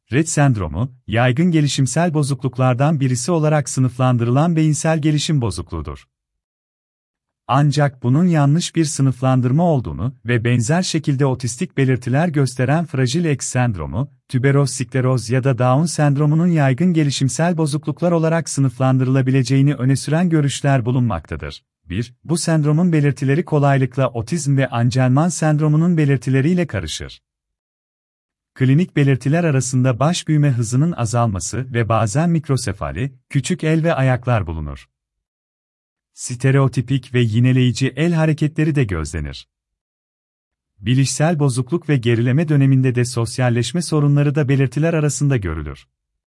Rett sendromu, yaygın gelişimsel bozukluklardan birisi olarak sınıflandırılan beyinsel gelişim bozukluğudur. Ancak bunun yanlış bir sınıflandırma olduğunu ve benzer şekilde otistik belirtiler gösteren Fragile X sendromu, tüberoz skleroz ya da Down sendromunun yaygın gelişimsel bozukluklar olarak sınıflandırılabileceğini öne süren görüşler bulunmaktadır. 1. Bu sendromun belirtileri kolaylıkla otizm ve Angelman sendromunun belirtileriyle karışır. Klinik belirtiler arasında baş büyüme hızının azalması ve bazen mikrosefali, küçük el ve ayaklar bulunur. Stereotipik ve yineleyici el hareketleri de gözlenir. Bilişsel bozukluk ve gerileme döneminde de sosyalleşme sorunları da belirtiler arasında görülür.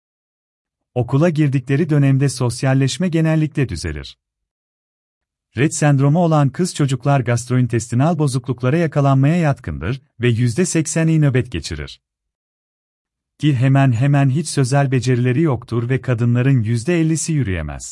Okula girdikleri dönemde sosyalleşme genellikle düzelir. Rett sendromu olan kız çocuklar gastrointestinal bozukluklara yakalanmaya yatkındır ve %80'i nöbet geçirir. Ki hemen hemen hiç sözel becerileri yoktur ve kadınların %50'si yürüyemez.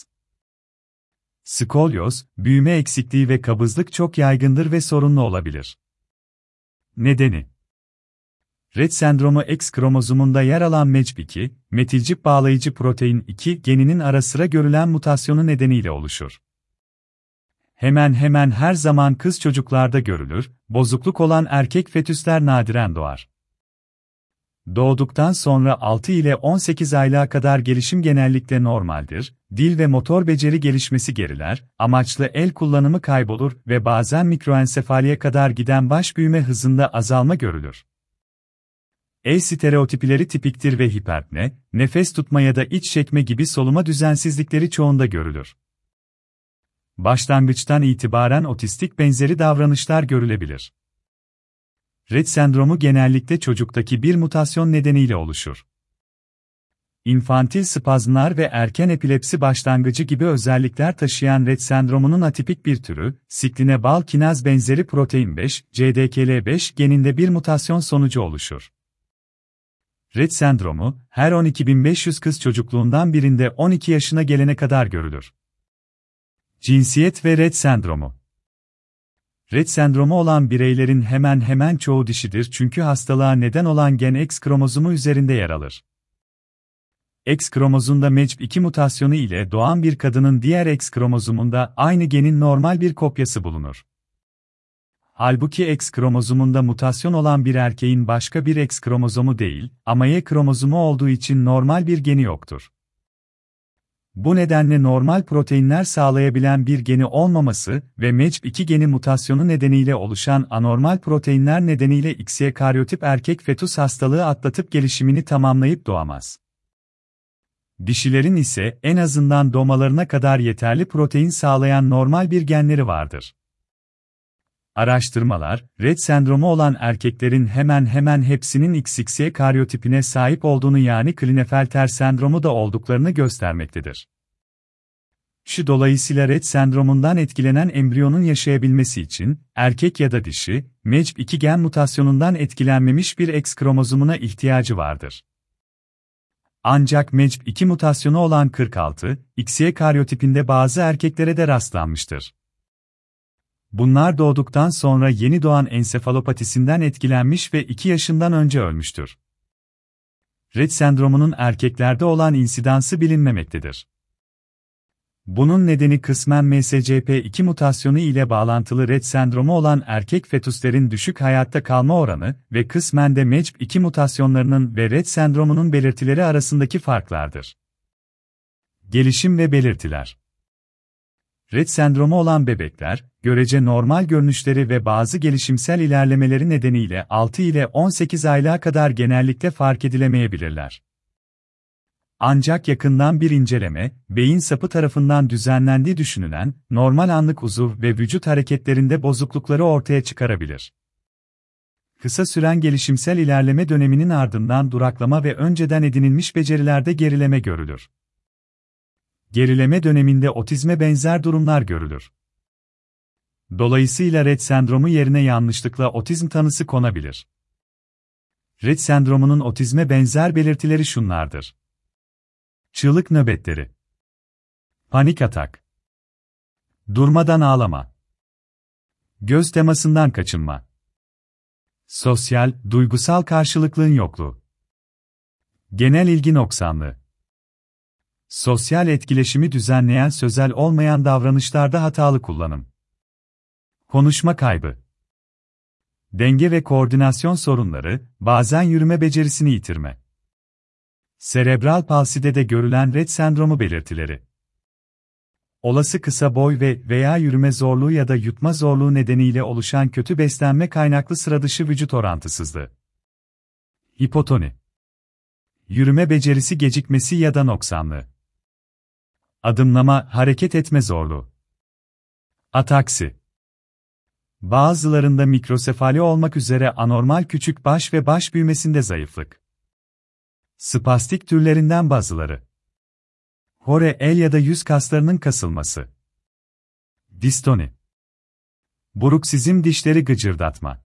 Skolyoz, büyüme eksikliği ve kabızlık çok yaygındır ve sorunlu olabilir. Nedeni: Rett sendromu X kromozomunda yer alan MECP2, metilcip bağlayıcı protein 2 geninin ara sıra görülen mutasyonu nedeniyle oluşur. Hemen hemen her zaman kız çocuklarda görülür, bozukluk olan erkek fetüsler nadiren doğar. Doğduktan sonra 6 ile 18 aylığa kadar gelişim genellikle normaldir, dil ve motor beceri gelişmesi geriler, amaçlı el kullanımı kaybolur ve bazen mikroensefaliye kadar giden baş büyüme hızında azalma görülür. El stereotipileri tipiktir ve hiperpne, nefes tutma ya da iç çekme gibi soluma düzensizlikleri çoğunda görülür. Başlangıçtan itibaren otistik benzeri davranışlar görülebilir. Rett sendromu genellikle çocuktaki bir mutasyon nedeniyle oluşur. İnfantil spazmlar ve erken epilepsi başlangıcı gibi özellikler taşıyan Rett sendromunun atipik bir türü, sikline-bal kinaz benzeri protein 5, CDKL5 geninde bir mutasyon sonucu oluşur. Rett sendromu, her 12.500 kız çocukluğundan birinde 12 yaşına gelene kadar görülür. Cinsiyet ve Rett sendromu. Rett sendromu olan bireylerin hemen hemen çoğu dişidir çünkü hastalığa neden olan gen X kromozomu üzerinde yer alır. X kromozomunda MECP2 mutasyonu ile doğan bir kadının diğer X kromozomunda aynı genin normal bir kopyası bulunur. Halbuki X kromozomunda mutasyon olan bir erkeğin başka bir X kromozomu değil, ama Y kromozomu olduğu için normal bir geni yoktur. Bu nedenle normal proteinler sağlayabilen bir geni olmaması ve MECP2 geni mutasyonu nedeniyle oluşan anormal proteinler nedeniyle XY karyotip erkek fetüs hastalığı atlatıp gelişimini tamamlayıp doğamaz. Dişilerin ise en azından doğmalarına kadar yeterli protein sağlayan normal bir genleri vardır. Araştırmalar, Rett sendromu olan erkeklerin hemen hemen hepsinin XXY karyotipine sahip olduğunu yani Klinefelter sendromu da olduklarını göstermektedir. Şu dolayısıyla Rett sendromundan etkilenen embriyonun yaşayabilmesi için, erkek ya da dişi, MECP2 gen mutasyonundan etkilenmemiş bir X kromozomuna ihtiyacı vardır. Ancak MECP2 mutasyonu olan 46, XY karyotipinde bazı erkeklere de rastlanmıştır. Bunlar doğduktan sonra yeni doğan ensefalopatisinden etkilenmiş ve 2 yaşından önce ölmüştür. Rett sendromunun erkeklerde olan insidansı bilinmemektedir. Bunun nedeni kısmen MSCP2 mutasyonu ile bağlantılı Rett sendromu olan erkek fetüslerin düşük hayatta kalma oranı ve kısmen de MECP2 mutasyonlarının ve Rett sendromunun belirtileri arasındaki farklardır. Gelişim ve belirtiler. Rett sendromu olan bebekler, görece normal görünüşleri ve bazı gelişimsel ilerlemeleri nedeniyle 6 ile 18 aylığa kadar genellikle fark edilemeyebilirler. Ancak yakından bir inceleme, beyin sapı tarafından düzenlendiği düşünülen, normal anlık uzuv ve vücut hareketlerinde bozuklukları ortaya çıkarabilir. Kısa süren gelişimsel ilerleme döneminin ardından duraklama ve önceden edinilmiş becerilerde gerileme görülür. Gerileme döneminde otizme benzer durumlar görülür. Dolayısıyla Rett sendromu yerine yanlışlıkla otizm tanısı konabilir. Rett sendromunun otizme benzer belirtileri şunlardır: çığlık nöbetleri, panik atak, durmadan ağlama, göz temasından kaçınma, sosyal, duygusal karşılıklığın yokluğu, Genel ilgi noksanlığı. Sosyal etkileşimi düzenleyen sözel olmayan davranışlarda hatalı kullanım. Konuşma kaybı. Denge ve koordinasyon sorunları, bazen yürüme becerisini yitirme. Serebral palside de görülen Rett sendromu belirtileri. Olası kısa boy veya yürüme zorluğu ya da yutma zorluğu nedeniyle oluşan kötü beslenme kaynaklı sıradışı vücut orantısızlığı. Hipotoni. Yürüme becerisi gecikmesi ya da noksanlığı. Adımlama, hareket etme zorluğu. Ataksi. Bazılarında mikrosefali olmak üzere anormal küçük baş ve baş büyümesinde zayıflık. Spastik türlerinden bazıları. Hore el ya da yüz kaslarının kasılması. Distoni. Bruksizm dişleri gıcırdatma.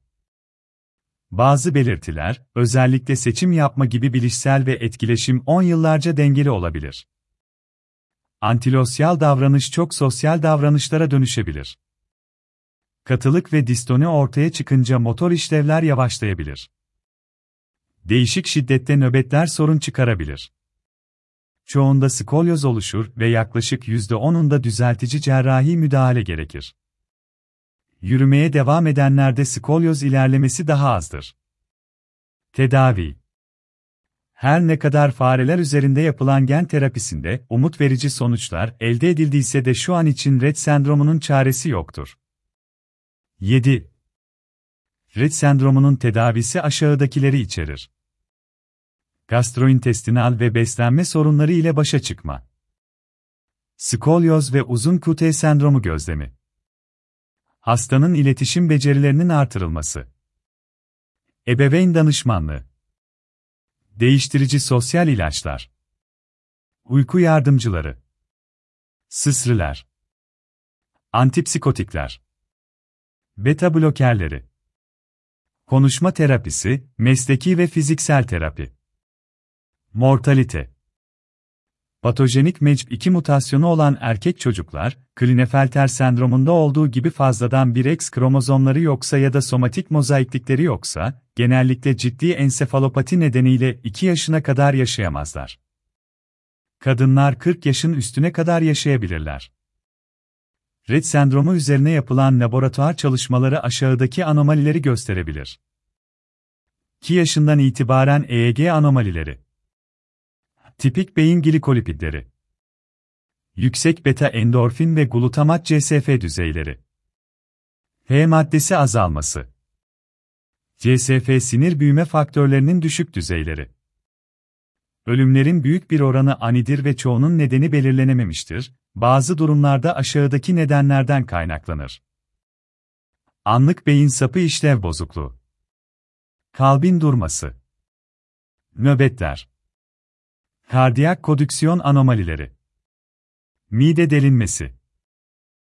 Bazı belirtiler, özellikle seçim yapma gibi bilişsel ve etkileşim 10 yıllarca dengeli olabilir. Antilosyal davranış çok sosyal davranışlara dönüşebilir. Katılık ve distoni ortaya çıkınca motor işlevler yavaşlayabilir. Değişik şiddette nöbetler sorun çıkarabilir. Çoğunda skolyoz oluşur ve yaklaşık %10'unda düzeltici cerrahi müdahale gerekir. Yürümeye devam edenlerde skolyoz ilerlemesi daha azdır. Tedavi. Her ne kadar fareler üzerinde yapılan gen terapisinde umut verici sonuçlar elde edildiyse de şu an için Rett sendromunun çaresi yoktur. 7. Rett sendromunun tedavisi aşağıdakileri içerir. Gastrointestinal ve beslenme sorunları ile başa çıkma. Skolyoz ve uzun QT sendromu gözlemi. Hastanın iletişim becerilerinin artırılması. Ebeveyn danışmanlığı. Değiştirici sosyal ilaçlar. Uyku yardımcıları. Sısrılar. Antipsikotikler. Beta blokerleri. Konuşma terapisi, mesleki ve fiziksel terapi. Mortalite. Patojenik MECP2 mutasyonu olan erkek çocuklar, Klinefelter sendromunda olduğu gibi fazladan bir X kromozomları yoksa ya da somatik mozaiklikleri yoksa, genellikle ciddi ensefalopati nedeniyle 2 yaşına kadar yaşayamazlar. Kadınlar 40 yaşın üstüne kadar yaşayabilirler. Rett sendromu üzerine yapılan laboratuvar çalışmaları aşağıdaki anomalileri gösterebilir. 2 yaşından itibaren EEG anomalileri. Tipik beyin glikolipidleri. Yüksek beta endorfin ve glutamat CSF düzeyleri. F maddesi azalması. CSF sinir büyüme faktörlerinin düşük düzeyleri. Ölümlerin büyük bir oranı anidir ve çoğunun nedeni belirlenememiştir. Bazı durumlarda aşağıdaki nedenlerden kaynaklanır. Anlık beyin sapı işlev bozukluğu. Kalbin durması. Nöbetler. Kardiyak kodüksiyon anomalileri. Mide delinmesi.